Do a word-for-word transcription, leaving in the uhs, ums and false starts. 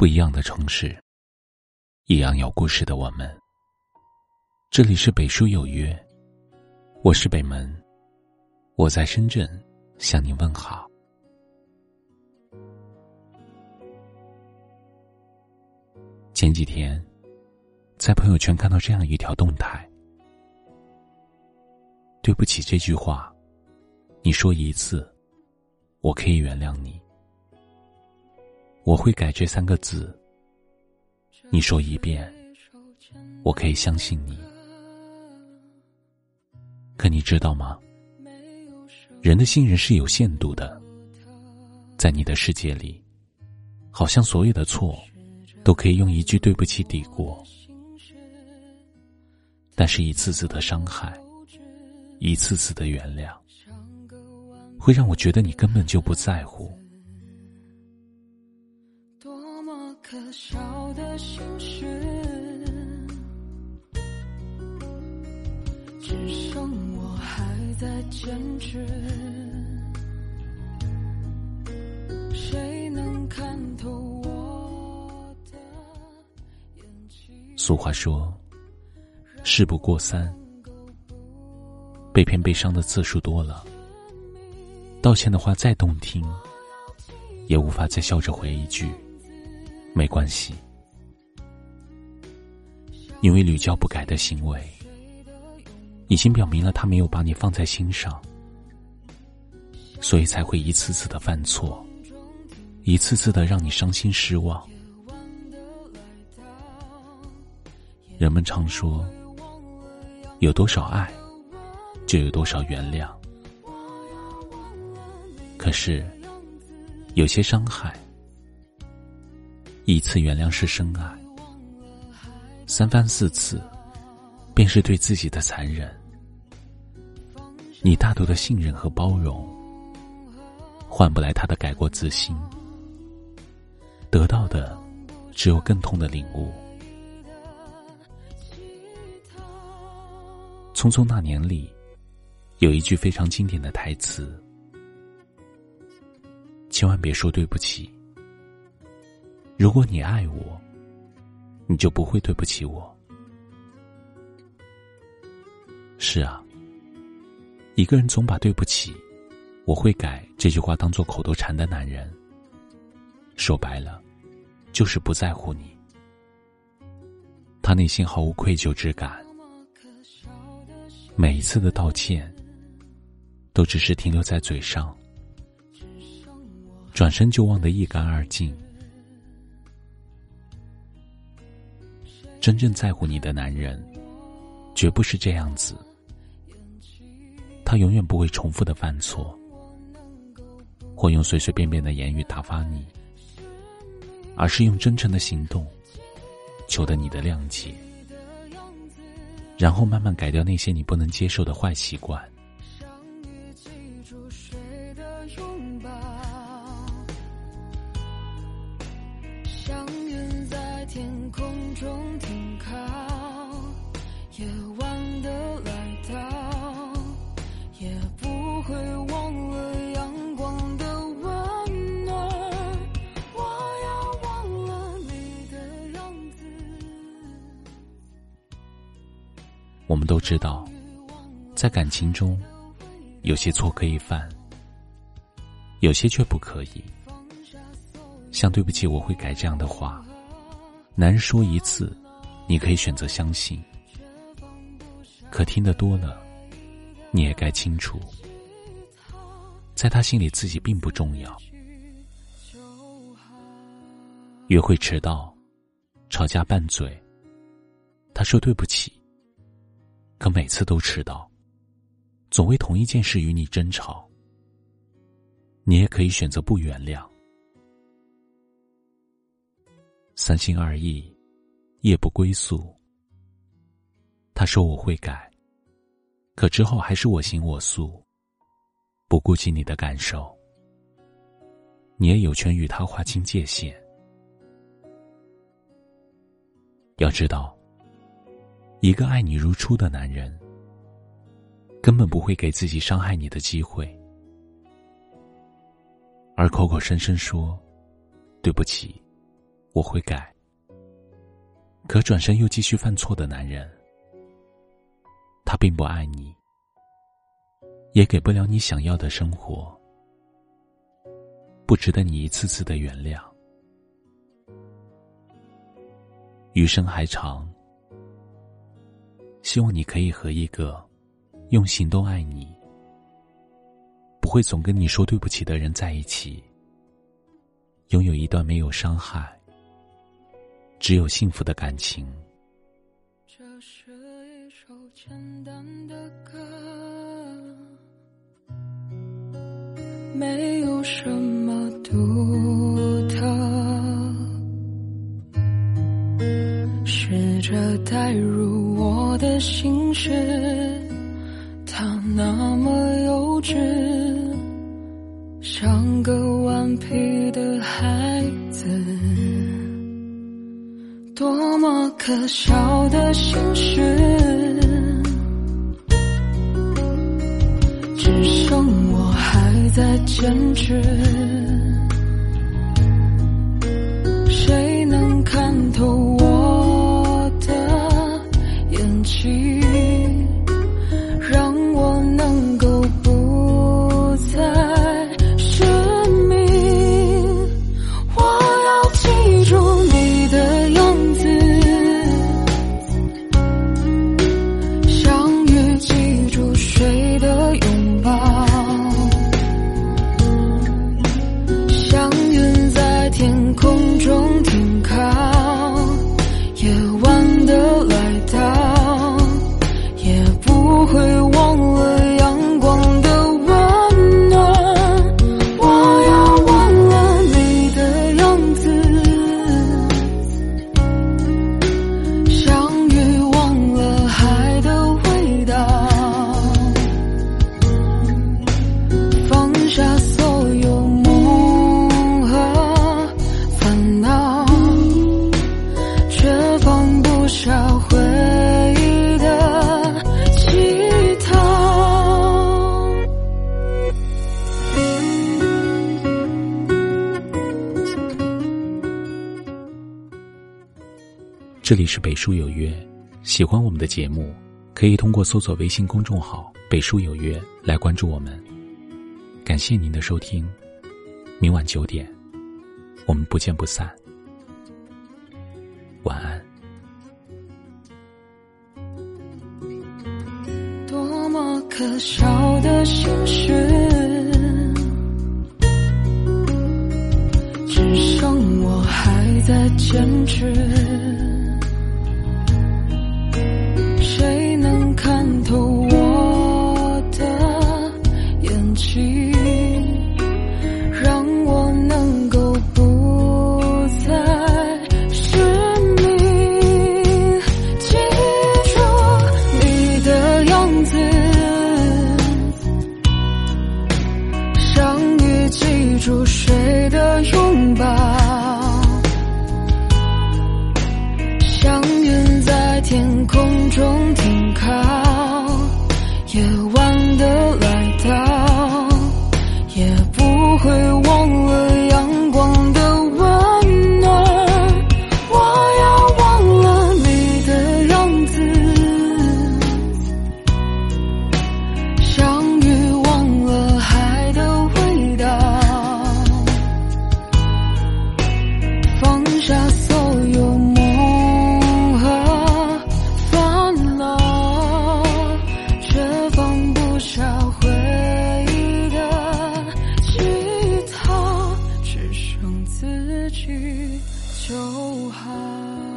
不一样的城市，一样有故事的我们。这里是北书有约，我是北门，我在深圳向您问好。前几天在朋友圈看到这样一条动态，对不起这句话，你说一次，我可以原谅你。我会改这三个字，你说一遍，我可以相信你。可你知道吗？人的信任是有限度的，在你的世界里，好像所有的错都可以用一句对不起抵过，但是一次次的伤害，一次次的原谅，会让我觉得你根本就不在乎。 多么可笑的心事，只剩我还在坚持，谁能看透我的眼睛。 俗话说，事不过三，被骗被伤的次数多了，道歉的话再动听，也无法再笑着回一句没关系。因为屡教不改的行为已经表明了他没有把你放在心上，所以才会一次次的犯错，一次次的让你伤心失望。人们常说，有多少爱就有多少原谅，可是有些伤害，一次原谅是深爱，三番四次便是对自己的残忍。你大度的信任和包容，换不来他的改过自新，得到的只有更痛的领悟。匆匆那年里有一句非常经典的台词，千万别说对不起，如果你爱我，你就不会对不起我。是啊，一个人总把对不起，我会改这句话当作口头禅的男人，说白了就是不在乎你。他内心毫无愧疚之感，每一次的道歉都只是停留在嘴上，转身就忘得一干二净。真正在乎你的男人绝不是这样子，他永远不会重复的犯错，或用随随便便的言语打发你，而是用真诚的行动求得你的谅解，然后慢慢改掉那些你不能接受的坏习惯。 像云在天空中停靠，夜晚的来到，也不会忘了阳光的温暖。我要忘了你的样子。 我们都知道，在感情中，有些错可以犯，有些却不可以。像对不起我会改这样的话，男人说一次，你可以选择相信，可听得多了，你也该清楚，在他心里自己并不重要。约会迟到，吵架拌嘴，他说对不起，可每次都迟到，总为同一件事与你争吵，你也可以选择不原谅。三心二意，夜不归宿，他说我会改，可之后还是我行我素，不顾及你的感受，你也有权与他划清界限。要知道，一个爱你如初的男人，根本不会给自己伤害你的机会，而口口声声说对不起， 我会改，可转身又继续犯错的男人，他并不爱你，也给不了你想要的生活，不值得你一次次的原谅。余生还长，希望你可以和一个用行动爱你，不会总跟你说对不起的人在一起，拥有一段没有伤害，只有幸福的感情。 这是一首简单的歌，没有什么独特，试着带入我的心事，它那么幼稚，像个顽皮的孩子，多么可笑的心事，只剩我还在坚持，谁能看透我的演技，让我能够不再失明。我要记住你的样子，相遇记住谁的拥抱，像云在天空中停靠，夜晚的来到，也不会忘了阳光的温暖。我要忘了你的样子，相遇忘了海的味道，放下所有梦和烦恼，却放不下回忆的乞讨。 这里是北书有约，喜欢我们的节目，可以通过搜索微信公众号北书有约来关注我们。感谢您的收听，明晚九点我们不见不散，晚安。 多么可笑的心事，只剩我还在坚持，谁能看透我的演技，让我能够不再失明。记住你的样子，相遇记住谁的拥抱，像云在天空中停靠，夜晚的来到，也不会忘了阳光的温暖。我要忘了你的样子，相遇忘了海的味道，放下所有梦和烦恼，却放不下回忆的乞讨，只剩自己就好。